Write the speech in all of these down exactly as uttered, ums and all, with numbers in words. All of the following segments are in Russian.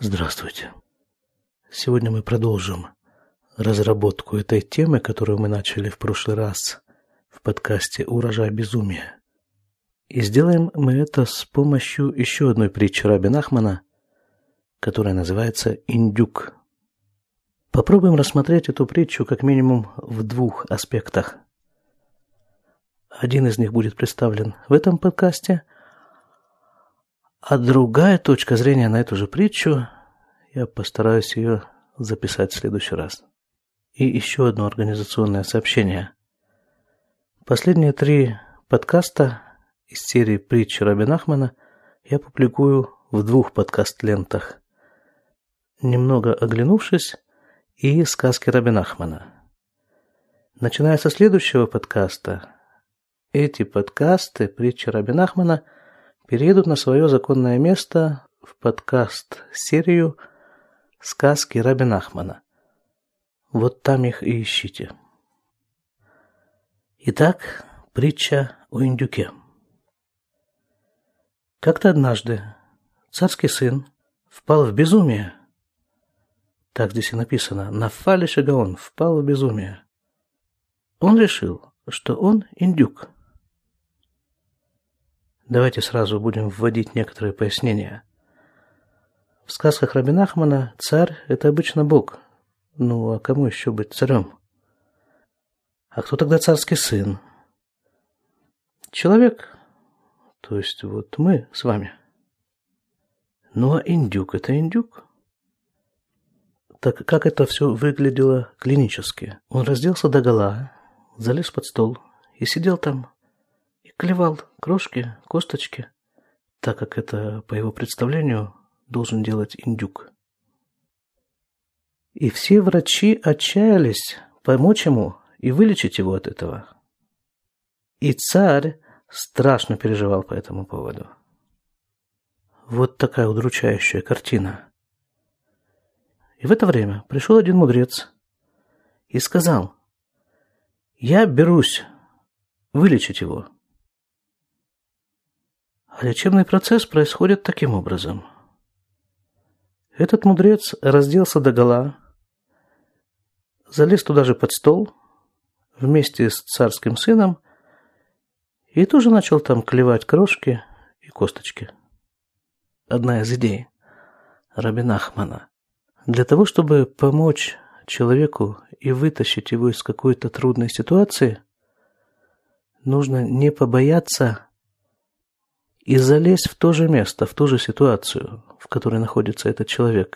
Здравствуйте. Сегодня мы продолжим разработку этой темы, которую мы начали в прошлый раз в подкасте «Урожай безумия». И сделаем мы это с помощью еще одной притчи Раби Нахмана, которая называется «Индюк». Попробуем рассмотреть эту притчу как минимум в двух аспектах. Один из них будет представлен в этом подкасте, а другая точка зрения на эту же притчу я постараюсь ее записать в следующий раз. И еще одно организационное сообщение. Последние три подкаста из серии притчи Раби Нахмана я публикую в двух подкаст-лентах. «Немного оглянувшись» и «Сказки Раби Нахмана». Начиная со следующего подкаста, эти подкасты притчи Раби Нахмана переедут на свое законное место в подкаст-серию «Сказки Раби Нахмана». Вот там их и ищите. Итак, притча о индюке. Как-то однажды царский сын впал в безумие. Так здесь и написано. Нафали Шагаон впал в безумие. Он решил, что он индюк. Давайте сразу будем вводить некоторые пояснения. В сказках Раби Нахмана царь – это обычно Бог. Ну, а кому еще быть царем? А кто тогда царский сын? Человек, то есть вот мы с вами. Ну, а индюк – это индюк. Так как это все выглядело клинически? Он разделся догола, залез под стол и сидел там, и клевал крошки, косточки, так как это, по его представлению, должен делать индюк. И все врачи отчаялись помочь ему и вылечить его от этого. И царь страшно переживал по этому поводу. Вот такая удручающая картина. И в это время пришел один мудрец и сказал: «Я берусь вылечить его». А лечебный процесс происходит таким образом. Этот мудрец разделся догола, залез туда же под стол вместе с царским сыном и тоже начал там клевать крошки и косточки. Одна из идей Раби Нахмана. Для того, чтобы помочь человеку и вытащить его из какой-то трудной ситуации, нужно не побояться и залезть в то же место, в ту же ситуацию, в которой находится этот человек.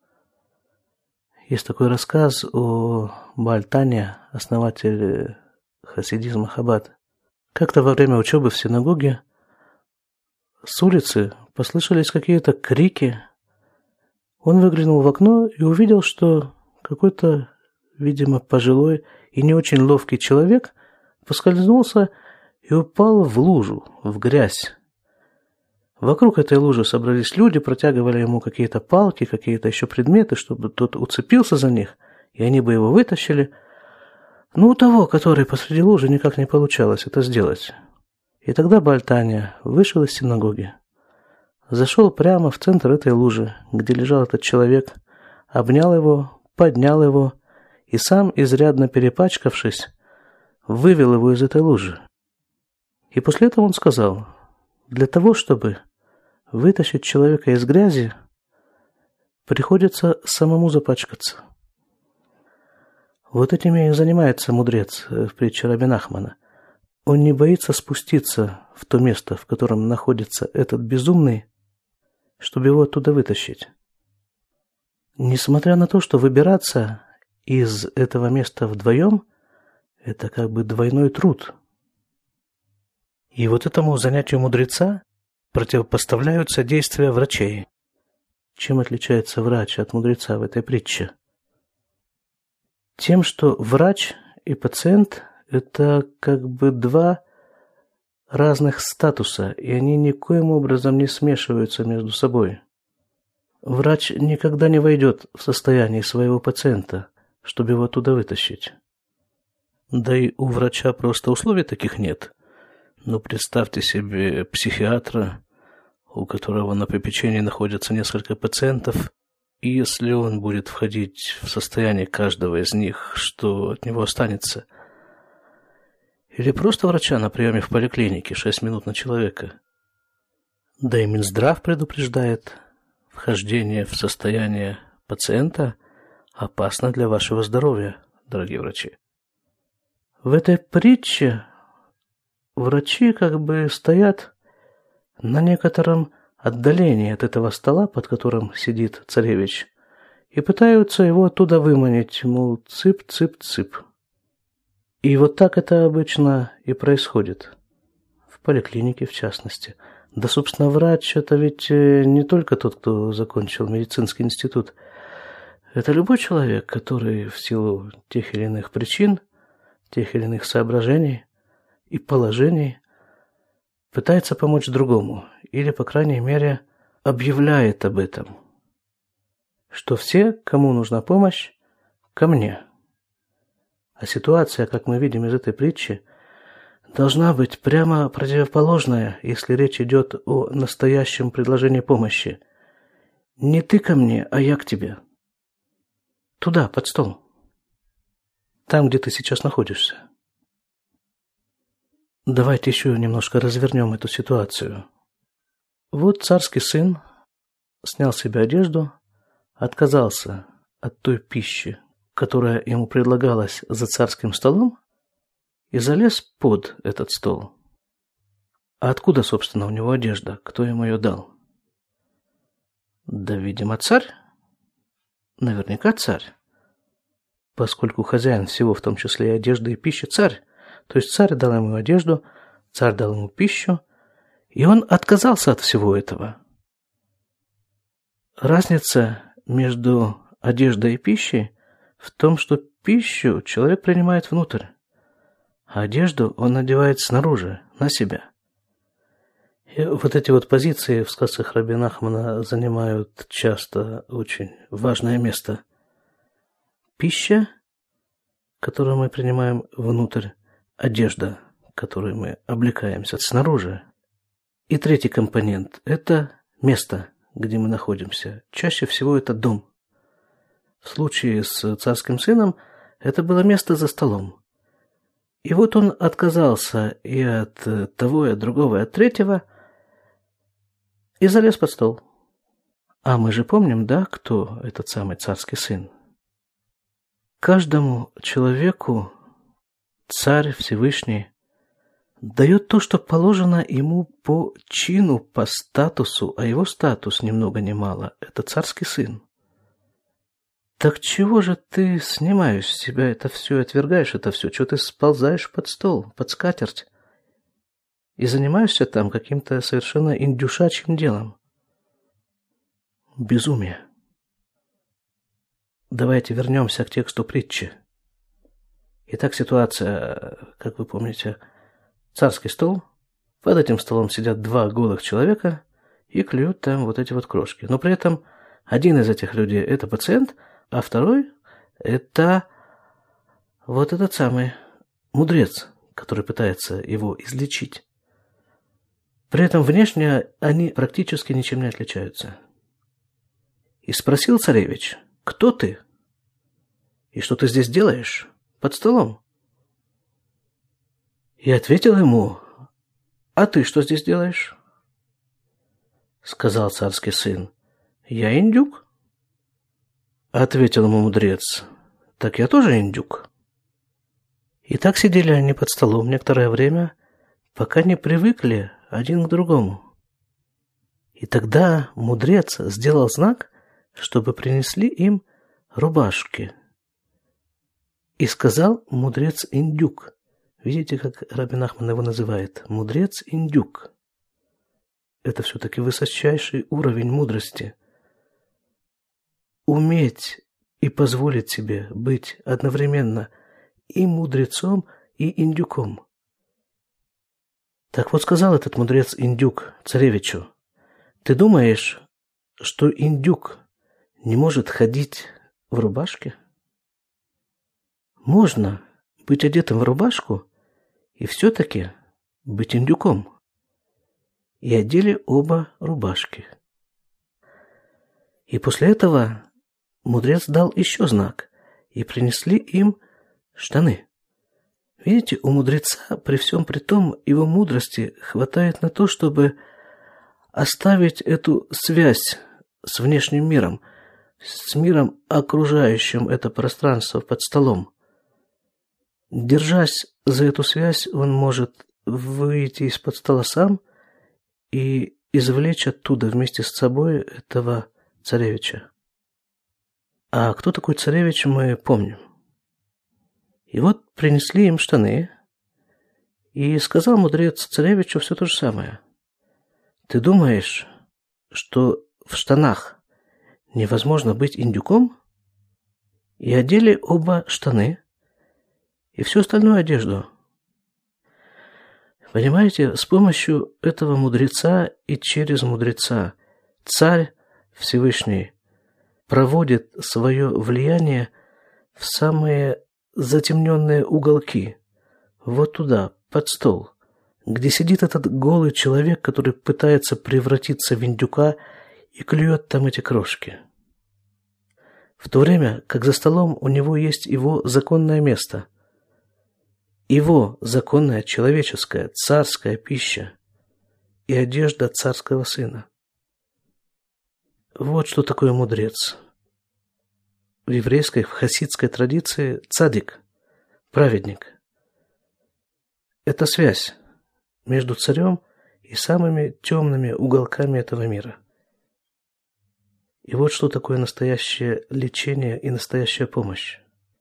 Есть такой рассказ о Бааль Тане, основателе хасидизма Хаббад. Как-то во время учебы в синагоге с улицы послышались какие-то крики. Он выглянул в окно и увидел, что какой-то, видимо, пожилой и не очень ловкий человек поскользнулся и упал в лужу, в грязь. Вокруг этой лужи собрались люди, протягивали ему какие-то палки, какие-то еще предметы, чтобы тот уцепился за них, и они бы его вытащили. Но у того, который посреди лужи, никак не получалось это сделать. И тогда Бааль Таня вышел из синагоги, зашел прямо в центр этой лужи, где лежал этот человек, обнял его, поднял его и сам, изрядно перепачкавшись, вывел его из этой лужи. И после этого он сказал: для того, чтобы вытащить человека из грязи, приходится самому запачкаться. Вот этим и занимается мудрец в притче Раби Нахмана. Он не боится спуститься в то место, в котором находится этот безумный, чтобы его оттуда вытащить. Несмотря на то, что выбираться из этого места вдвоем – это как бы двойной труд. И вот этому занятию мудреца противопоставляются действия врачей. Чем отличается врач от мудреца в этой притче? Тем, что врач и пациент – это как бы два разных статуса, и они никоим образом не смешиваются между собой. Врач никогда не войдет в состояние своего пациента, чтобы его оттуда вытащить. Да и у врача просто условий таких нет. Но представьте себе психиатра, у которого на попечении находятся несколько пациентов, И если он будет входить в состояние каждого из них, что от него останется? Или просто врача на приеме в поликлинике, шесть минут на человека? Да и Минздрав предупреждает, вхождение в состояние пациента опасно для вашего здоровья, дорогие врачи. В этой притче врачи как бы стоят на некотором отдалении от этого стола, под которым сидит царевич, и пытаются его оттуда выманить, мол, цып-цып-цып. И вот так это обычно и происходит. В поликлинике, в частности. Да, собственно, врач – это ведь не только тот, кто закончил медицинский институт. Это любой человек, который в силу тех или иных причин, тех или иных соображений и положений пытается помочь другому, или, по крайней мере, объявляет об этом, что все, кому нужна помощь, ко мне. А ситуация, как мы видим из этой притчи, должна быть прямо противоположная, если речь идет о настоящем предложении помощи. Не ты ко мне, а я к тебе. Туда, под стол. Там, где ты сейчас находишься. Давайте еще немножко развернем эту ситуацию. Вот царский сын снял с себя одежду, отказался от той пищи, которая ему предлагалась за царским столом, и залез под этот стол. А откуда, собственно, у него одежда? Кто ему ее дал? Да, видимо, царь. Наверняка царь. Поскольку хозяин всего, в том числе и одежды и пищи, царь. То есть царь дал ему одежду, царь дал ему пищу, и он отказался от всего этого. Разница между одеждой и пищей в том, что пищу человек принимает внутрь, а одежду он надевает снаружи, на себя. И вот эти вот позиции в сказках Раби Нахмана занимают часто очень важное место. Пища, которую мы принимаем внутрь, одежда, которой мы облекаемся снаружи. И третий компонент – это место, где мы находимся. Чаще всего это дом. В случае с царским сыном это было место за столом. И вот он отказался и от того, и от другого, и от третьего, и залез под стол. А мы же помним, да, кто этот самый царский сын? Каждому человеку Царь Всевышний дает то, что положено ему по чину, по статусу, а его статус ни много ни мало – это царский сын. Так чего же ты снимаешь с себя это все, отвергаешь это все? Чего ты сползаешь под стол, под скатерть и занимаешься там каким-то совершенно индюшачьим делом? Безумие. Давайте вернемся к тексту притчи. Итак, ситуация, как вы помните, царский стол. Под этим столом сидят два голых человека и клюют там вот эти вот крошки. Но при этом один из этих людей – это пациент, а второй – это вот этот самый мудрец, который пытается его излечить. При этом внешне они практически ничем не отличаются. И спросил царевич: «Кто ты? И что ты здесь делаешь под столом?» И ответил ему: «А ты что здесь делаешь?» Сказал царский сын: «Я индюк». Ответил ему мудрец: «Так я тоже индюк». И так сидели они под столом некоторое время, пока не привыкли один к другому. И тогда мудрец сделал знак, чтобы принесли им рубашки. И сказал мудрец индюк. Видите, как Раби Нахман его называет? Мудрец индюк. Это все-таки высочайший уровень мудрости. Уметь и позволить себе быть одновременно и мудрецом, и индюком. Так вот сказал этот мудрец-индюк царевичу: «Ты думаешь, что индюк не может ходить в рубашке? Можно быть одетым в рубашку и все-таки быть индюком». И одели оба рубашки. И после этого мудрец дал еще знак, и принесли им штаны. Видите, у мудреца при всем при том его мудрости хватает на то, чтобы оставить эту связь с внешним миром, с миром, окружающим это пространство под столом. Держась за эту связь, он может выйти из-под стола сам и извлечь оттуда вместе с собой этого царевича. А кто такой царевич, мы помним. И вот принесли им штаны, и сказал мудрец царевичу все то же самое. Ты думаешь, что в штанах невозможно быть индюком? И одели оба штаны и всю остальную одежду. Понимаете, с помощью этого мудреца и через мудреца царь Всевышний проводит свое влияние в самые затемненные уголки, вот туда, под стол, где сидит этот голый человек, который пытается превратиться в индюка и клюет там эти крошки. В то время, как за столом у него есть его законное место, его законная человеческая царская пища и одежда царского сына. Вот что такое мудрец. В еврейской, в хасидской традиции цадик, праведник. Это связь между царем и самыми темными уголками этого мира. И вот что такое настоящее лечение и настоящая помощь.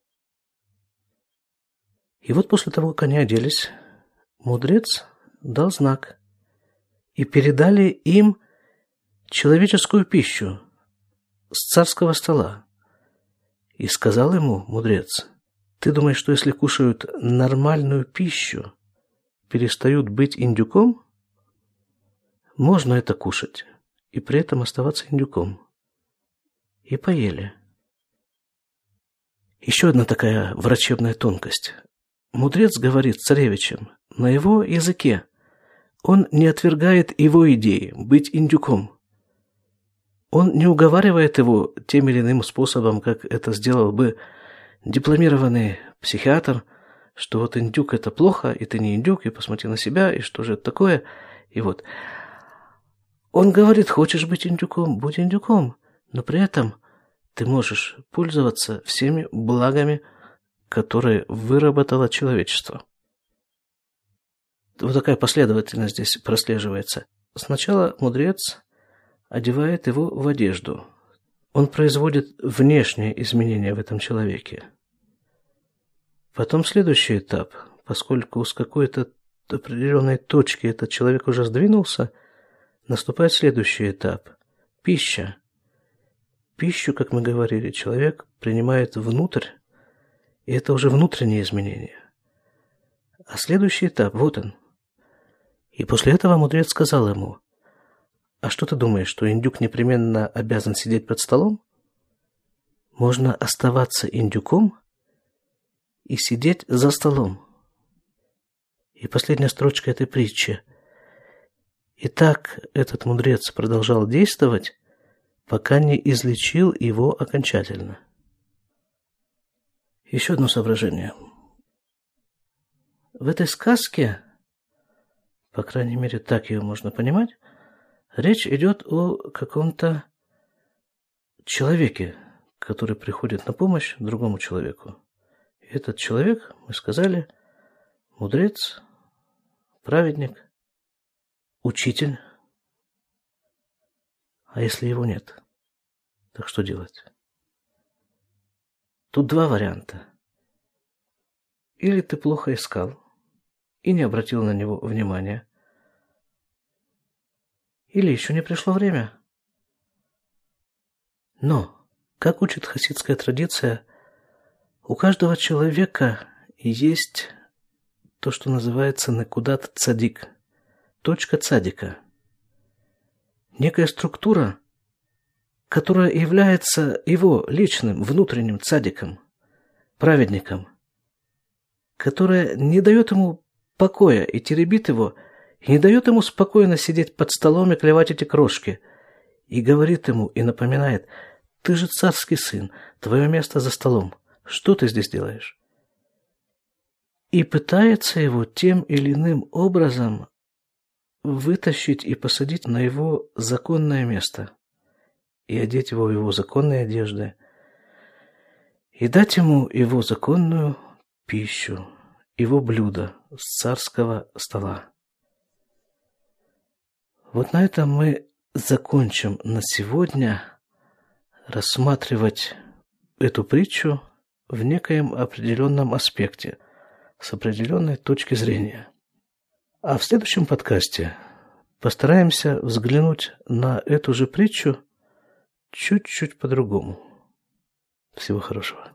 И вот после того, как они оделись, мудрец дал знак, и передали им человеческую пищу с царского стола. И сказал ему мудрец: ты думаешь, что если кушают нормальную пищу, перестают быть индюком? Можно это кушать и при этом оставаться индюком. И поели. Еще одна такая врачебная тонкость. Мудрец говорит с царевичем на его языке. Он не отвергает его идеи быть индюком. Он не уговаривает его тем или иным способом, как это сделал бы дипломированный психиатр, что вот индюк это плохо, и ты не индюк, и посмотри на себя, и что же это такое. И вот. Он говорит, хочешь быть индюком, будь индюком, но при этом ты можешь пользоваться всеми благами, которые выработало человечество. Вот такая последовательность здесь прослеживается. Сначала мудрец одевает его в одежду. Он производит внешние изменения в этом человеке. Потом следующий этап, поскольку с какой-то определенной точки этот человек уже сдвинулся, наступает следующий этап – пища. Пищу, как мы говорили, человек принимает внутрь, и это уже внутренние изменения. А следующий этап – вот он. И после этого мудрец сказал ему: а что ты думаешь, что индюк непременно обязан сидеть под столом? Можно оставаться индюком и сидеть за столом. И последняя строчка этой притчи. И так этот мудрец продолжал действовать, пока не излечил его окончательно. Еще одно соображение. В этой сказке, по крайней мере, так ее можно понимать, речь идет о каком-то человеке, который приходит на помощь другому человеку. И этот человек, мы сказали, мудрец, праведник, учитель. А если его нет, так что делать? Тут два варианта. Или ты плохо искал и не обратил на него внимания, или еще не пришло время. Но, как учит хасидская традиция, у каждого человека есть то, что называется некудат цадик, точка цадика. Некая структура, которая является его личным внутренним цадиком, праведником, которая не дает ему покоя и теребит его, и не дает ему спокойно сидеть под столом и клевать эти крошки, и говорит ему и напоминает: Ты же царский сын, твое место за столом. Что ты здесь делаешь? И пытается его тем или иным образом вытащить и посадить на его законное место, и одеть его в его законные одежды, и дать ему его законную пищу, его блюдо с царского стола. Вот на этом мы закончим на сегодня рассматривать эту притчу в некоем определенном аспекте, с определенной точки зрения. А в следующем подкасте постараемся взглянуть на эту же притчу чуть-чуть по-другому. Всего хорошего.